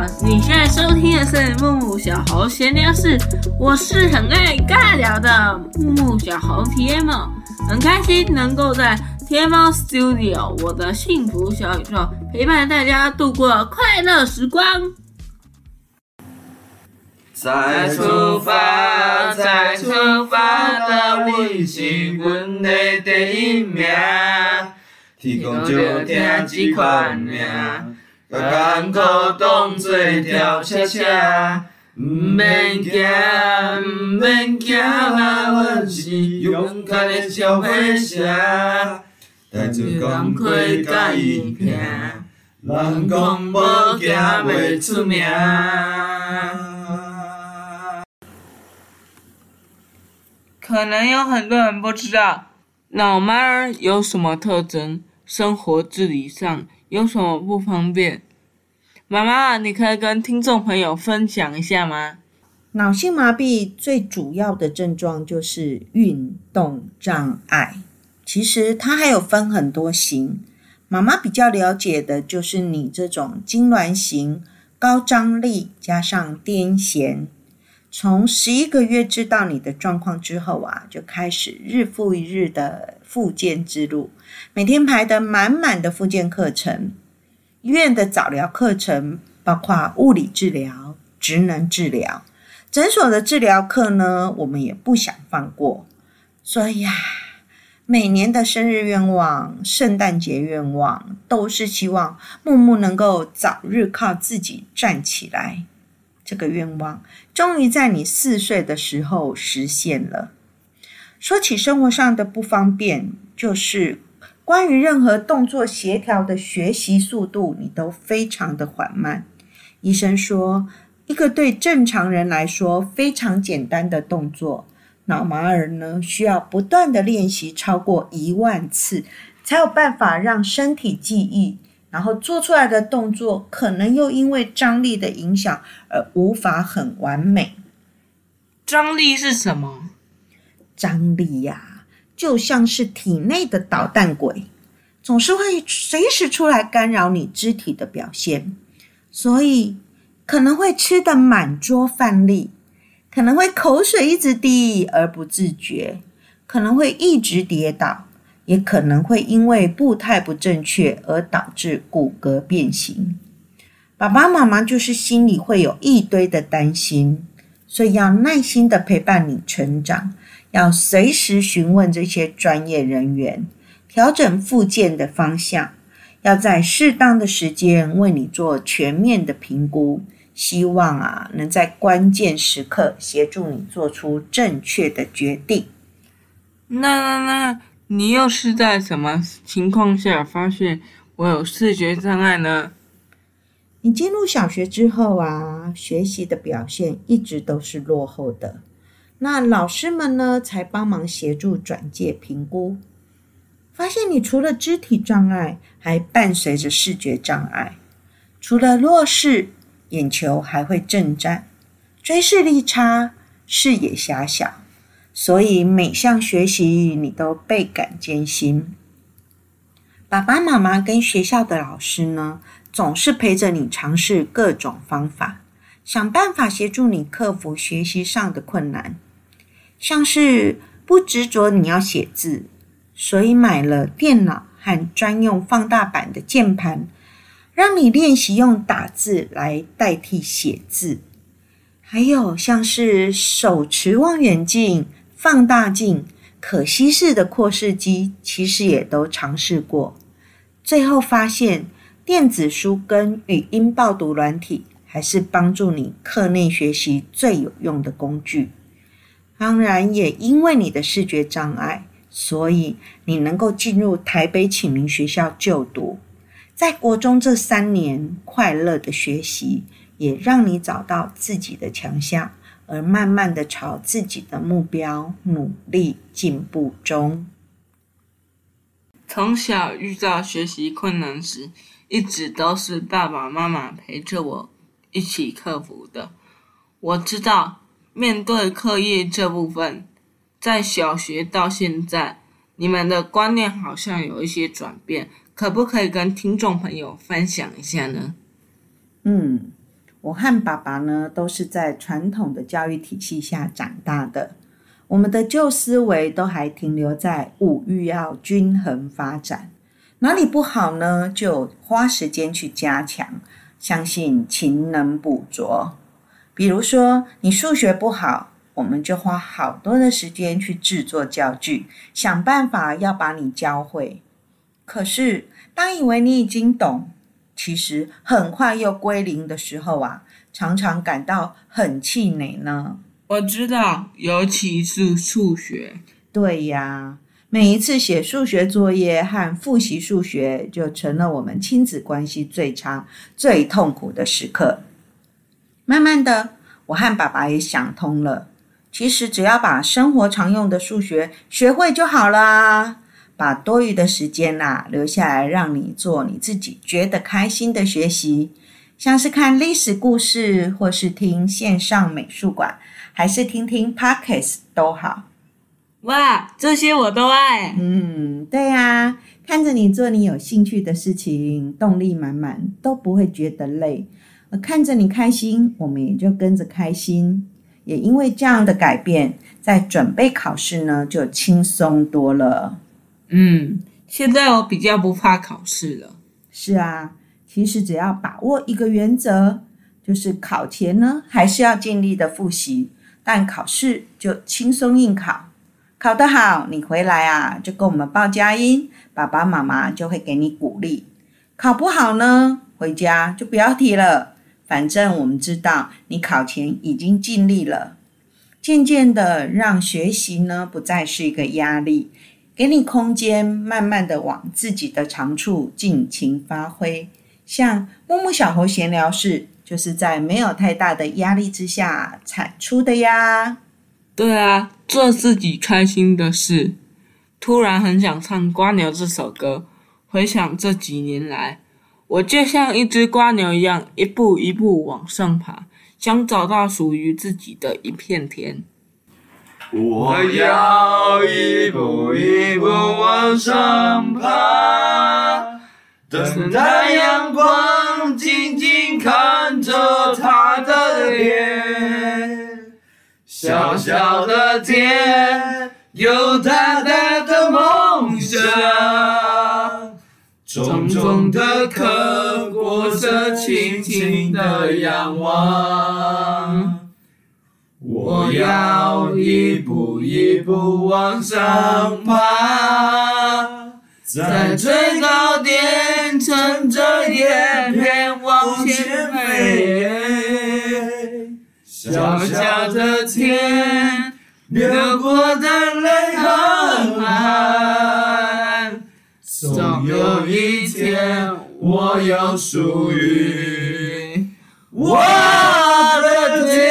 好，你现在收听的是木木小猴闲聊室，我是很爱尬聊的木木小猴 TM， 很开心能够在天猫 Studio 我的幸福小宇宙陪伴大家度过快乐时光。 再出发，再出发的你是阮的第一名，天公就听这款名，艰苦当作跳车车，毋免惊，毋免惊，阮是勇敢的小火车，带着光辉甲伊拼，人讲无惊袂出名。 可能有很多人不知道老妈儿有什么特征，生活自理上有什么不方便。妈妈，你可以跟听众朋友分享一下吗？ 脑性麻痹最主要的症状就是运动障碍，其实它还有分很多型，妈妈比较了解的就是你这种痉挛型高张力加上癫痫。从11个月知道你的状况之后就开始日复一日的复健之路，每天排得满满的复健课程，医院的早疗课程包括物理治疗、职能治疗，诊所的治疗课呢，我们也不想放过。所以每年的生日愿望、圣诞节愿望都是希望木木能够早日靠自己站起来。这个愿望终于在你4岁的时候实现了。说起生活上的不方便，就是关于任何动作协调的学习速度，你都非常的缓慢。医生说，一个对正常人来说非常简单的动作，脑麻儿呢需要不断的练习超过10000次，才有办法让身体记忆，然后做出来的动作可能又因为张力的影响而无法很完美。 张力是什么？ 张力就像是体内的捣蛋鬼，总是会随时出来干扰你肢体的表现，所以可能会吃得满桌饭粒，可能会口水一直滴而不自觉，可能会一直跌倒，也可能会因为步态不正确而导致骨骼变形。爸爸妈妈就是心里会有一堆的担心，所以要耐心的陪伴你成长，要随时询问这些专业人员，调整复健的方向，要在适当的时间为你做全面的评估，希望能在关键时刻协助你做出正确的决定。 那你又是在什么情况下发现我有视觉障碍呢？ 你进入小学之后学习的表现一直都是落后的，那老师们呢才帮忙协助转介评估，发现你除了肢体障碍还伴随着视觉障碍，除了弱视，眼球还会震颤，追视力差，视野狭小，所以每项学习你都倍感艰辛。爸爸妈妈跟学校的老师呢，总是陪着你尝试各种方法，想办法协助你克服学习上的困难，像是不执着你要写字，所以买了电脑和专用放大版的键盘，让你练习用打字来代替写字。还有像是手持望远镜、放大镜、可吸式的扩视机，其实也都尝试过，最后发现电子书跟语音报读软体还是帮助你课内学习最有用的工具。当然也因为你的视觉障碍，所以你能够进入台北启明学校就读，在国中这3年快乐的学习，也让你找到自己的强项，而慢慢的朝自己的目标努力进步中。 从小遇到学习困难时，一直都是爸爸妈妈陪着我一起克服的。我知道面对课业这部分，在小学到现在，你们的观念好像有一些转变，可不可以跟听众朋友分享一下呢？ 我和爸爸呢，都是在传统的教育体系下长大的，我们的旧思维都还停留在物欲要均衡发展，哪里不好呢，就花时间去加强，相信勤能补拙。比如说你数学不好，我们就花好多的时间去制作教具，想办法要把你教会。可是当以为你已经懂，其实很快又归零的时候啊，常常感到很气馁呢。 我知道，尤其是数学。 对呀，每一次写数学作业和复习数学，就成了我们亲子关系最差、最痛苦的时刻。慢慢的，我和爸爸也想通了，其实只要把生活常用的数学学会就好啦，把多余的时间留下来，让你做你自己觉得开心的学习，像是看历史故事，或是听线上美术馆，还是听听 Podcast 都好。 哇，这些我都爱。 对啊，看着你做你有兴趣的事情，动力满满，都不会觉得累。看着你开心，我们也就跟着开心。也因为这样的改变，在准备考试呢，就轻松多了。 现在我比较不怕考试了。 是啊，其实只要把握一个原则，就是考前呢，还是要尽力的复习，但考试就轻松应考。考得好，你回来就跟我们报佳音，爸爸妈妈就会给你鼓励。考不好呢，回家就不要提了，反正我们知道你考前已经尽力了。渐渐的让学习呢不再是一个压力，给你空间，慢慢的往自己的长处尽情发挥。像木木小猴闲聊室，就是在没有太大的压力之下产出的呀。 对啊，做自己开心的事。突然很想唱《瓜牛》这首歌，回想这几年来，我就像一只瓜牛一样，一步一步往上爬，想找到属于自己的一片天。 我要一步一步往上爬，等待阳光，静静看着他的脸。小小的天，有大大的梦想，重重的壳裹着轻轻的仰望。我要一步一步往上爬，在最高点乘着叶片往前飞。小小的天，流过的泪和汗，总有一天我有属于我的天。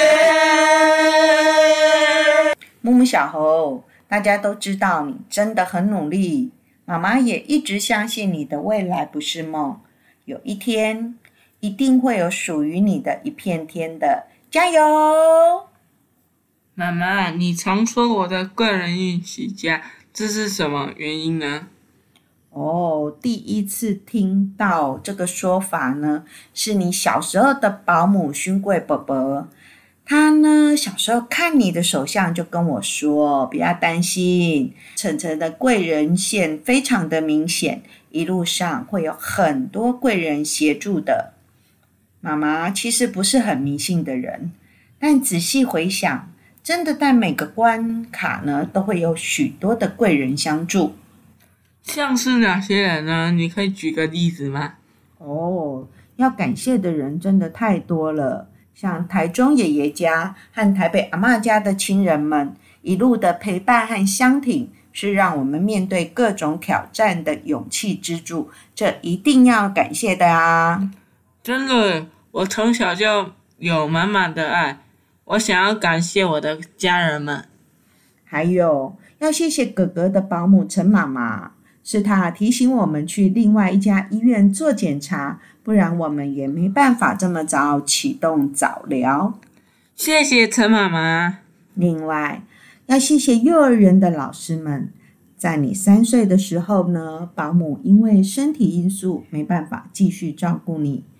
木木小猴，大家都知道你真的很努力，妈妈也一直相信你的未来不是梦，有一天一定会有属于你的一片天的，加油！ 妈妈，你常说我的贵人运气佳，这是什么原因呢？ 第一次听到这个说法呢，是你小时候的保姆勋贵伯伯。他呢，小时候看你的手相就跟我说，不要担心，晨晨的贵人线非常的明显，一路上会有很多贵人协助的。妈妈其实不是很迷信的人，但仔细回想，真的在每个关卡呢，都会有许多的贵人相助。 像是哪些人呢？你可以举个例子吗？ 要感谢的人真的太多了，像台中爷爷家和台北阿嬷家的亲人们，一路的陪伴和相挺，是让我们面对各种挑战的勇气支柱，这一定要感谢的啊！ 真的，我从小就有满满的爱，我想要感谢我的家人们。 还有要谢谢哥哥的保姆陈妈妈，是她提醒我们去另外一家医院做检查，不然我们也没办法这么早启动早疗。 谢谢陈妈妈。 另外要谢谢幼儿园的老师们，在你3岁的时候呢，保姆因为身体因素没办法继续照顾你，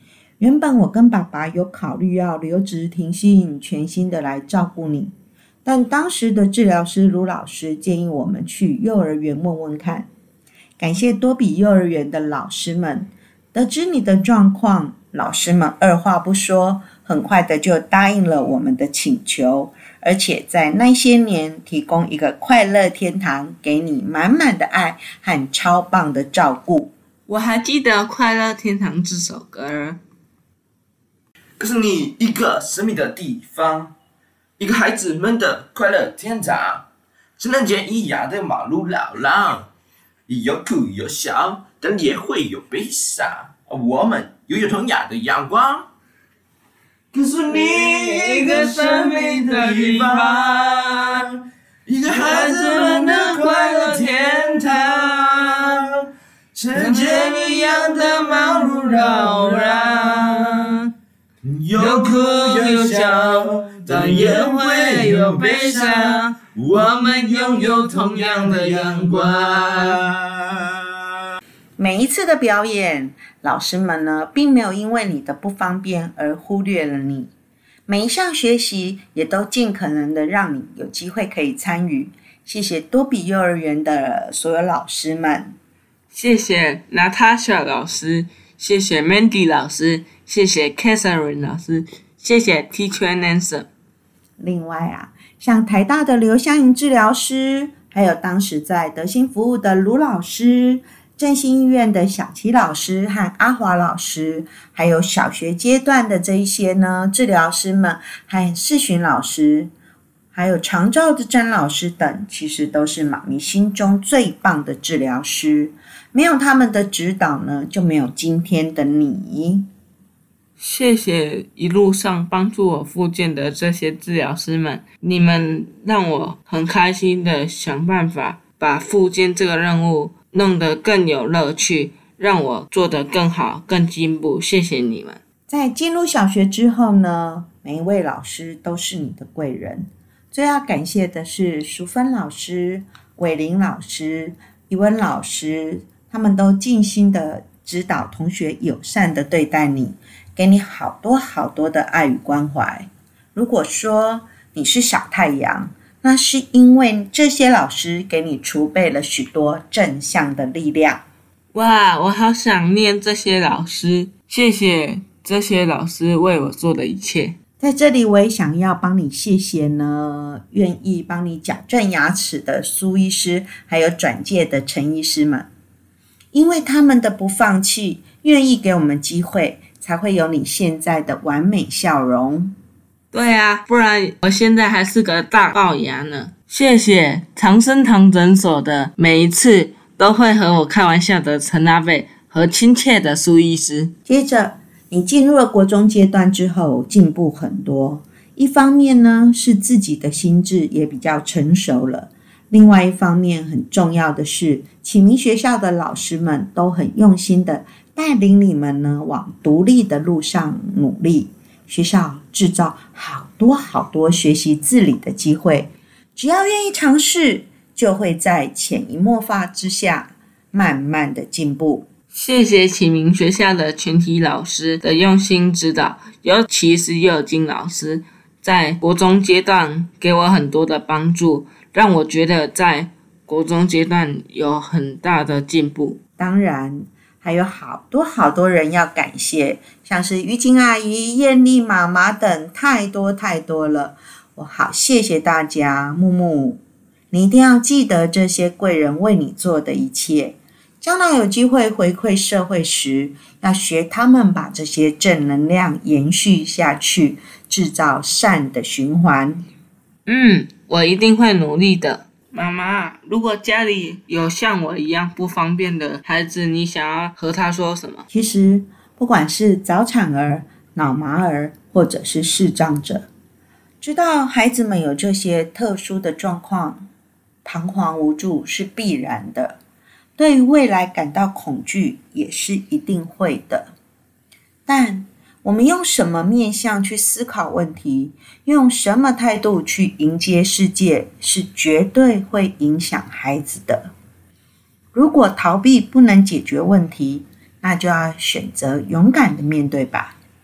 原本我跟爸爸有考虑要留职停薪，全心的来照顾你，但当时的治疗师卢老师建议我们去幼儿园问问看。感谢多比幼儿园的老师们，得知你的状况，老师们二话不说，很快的就答应了我们的请求，而且在那些年提供一个快乐天堂，给你满满的爱和超棒的照顾。 我还记得《快乐天堂》这首歌。 告诉你一个神秘的地方，一个孩子们的快乐天堂，圣诞节一样的马路老狼，有哭有笑，但也会有悲伤。我们拥有同样的阳光。告诉你一个神秘的地方，一个孩子们的快乐天堂，圣诞节一样的马路绕绕，有哭有笑，但也会有悲伤。我们拥有同样的阳光。 每一次的表演，老师们呢，并没有因为你的不方便而忽略了你。每一项学习也都尽可能的让你有机会可以参与。谢谢多比幼儿园的所有老师们， 谢谢 Natasha 老师，谢谢 Mandy 老师，谢谢 Catherine 老师，谢谢 Teacher Nancy。 另外啊，像台大的刘香莹治疗师，还有当时在德心服务的卢老师，振兴医院的小齐老师和阿华老师，还有小学阶段的这一些呢治疗师们和视讯老师，还有长照的詹老师等，其实都是妈咪心中最棒的治疗师。没有他们的指导呢，就没有今天的你。 谢谢一路上帮助我复健的这些治疗师们，你们让我很开心的想办法把复健这个任务弄得更有乐趣，让我做得更好更进步，谢谢你们。 在进入小学之后呢，每一位老师都是你的贵人。最要感谢的是淑芬老师、伟玲老师、怡文老师，他们都尽心的指导同学，友善的对待你，给你好多好多的爱与关怀。如果说你是小太阳，那是因为这些老师给你储备了许多正向的力量。 哇，我好想念这些老师，谢谢这些老师为我做的一切。 在这里我也想要帮你谢谢呢，愿意帮你矫正牙齿的苏医师，还有转介的陈医师们，因为他们的不放弃，愿意给我们机会，才会有你现在的完美笑容。 对啊，不然我现在还是个大龅牙呢。谢谢长生堂诊所的每一次都会和我开玩笑的陈阿贝和亲切的苏医师。 接着你进入了国中阶段之后，进步很多。一方面呢，是自己的心智也比较成熟了。另外一方面，很重要的是，启明学校的老师们都很用心的带领你们呢，往独立的路上努力。学校制造好多好多学习自理的机会，只要愿意尝试，就会在潜移默化之下，慢慢的进步。 谢谢启明学校的全体老师的用心指导，尤其是佑金老师，在国中阶段给我很多的帮助，让我觉得在国中阶段有很大的进步。 当然还有好多好多人要感谢，像是于静阿姨、艳丽妈妈等，太多太多了。我好谢谢大家。木木，你一定要记得这些贵人为你做的一切，将来有机会回馈社会时，要学他们把这些正能量延续下去，制造善的循环。 我一定会努力的。妈妈，如果家里有像我一样不方便的孩子，你想要和他说什么？ 其实不管是早产儿、脑麻儿，或者是视障者，知道孩子们有这些特殊的状况，彷徨无助是必然的，对于未来感到恐惧也是一定会的。但我们用什么面向去思考问题，用什么态度去迎接世界，是绝对会影响孩子的。如果逃避不能解决问题，那就要选择勇敢的面对吧。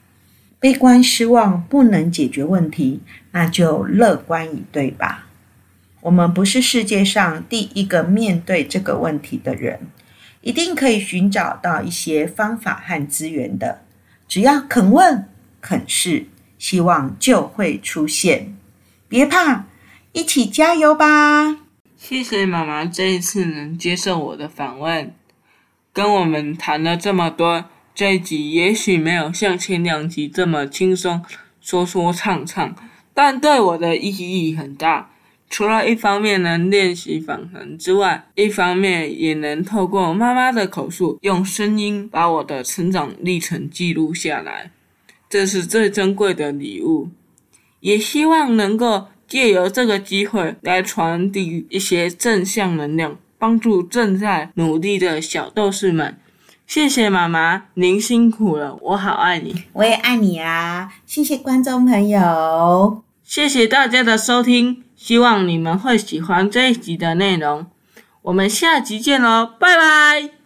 悲观失望不能解决问题，那就乐观以对吧。我们不是世界上第一个面对这个问题的人，一定可以寻找到一些方法和资源的。只要肯问肯试，希望就会出现。别怕，一起加油吧！ 谢谢妈妈这一次能接受我的访问，跟我们谈了这么多。这一集也许没有像前2集这么轻松，说说唱唱，但对我的意义很大。除了一方面能练习访谈之外，一方面也能透过妈妈的口述，用声音把我的成长历程记录下来，这是最珍贵的礼物。也希望能够借由这个机会来传递一些正向能量，帮助正在努力的小斗士们。谢谢妈妈，您辛苦了，我好爱你。 我也爱你啊！谢谢观众朋友， 谢谢大家的收听，希望你们会喜欢这一集的内容。我们下集见咯，拜拜。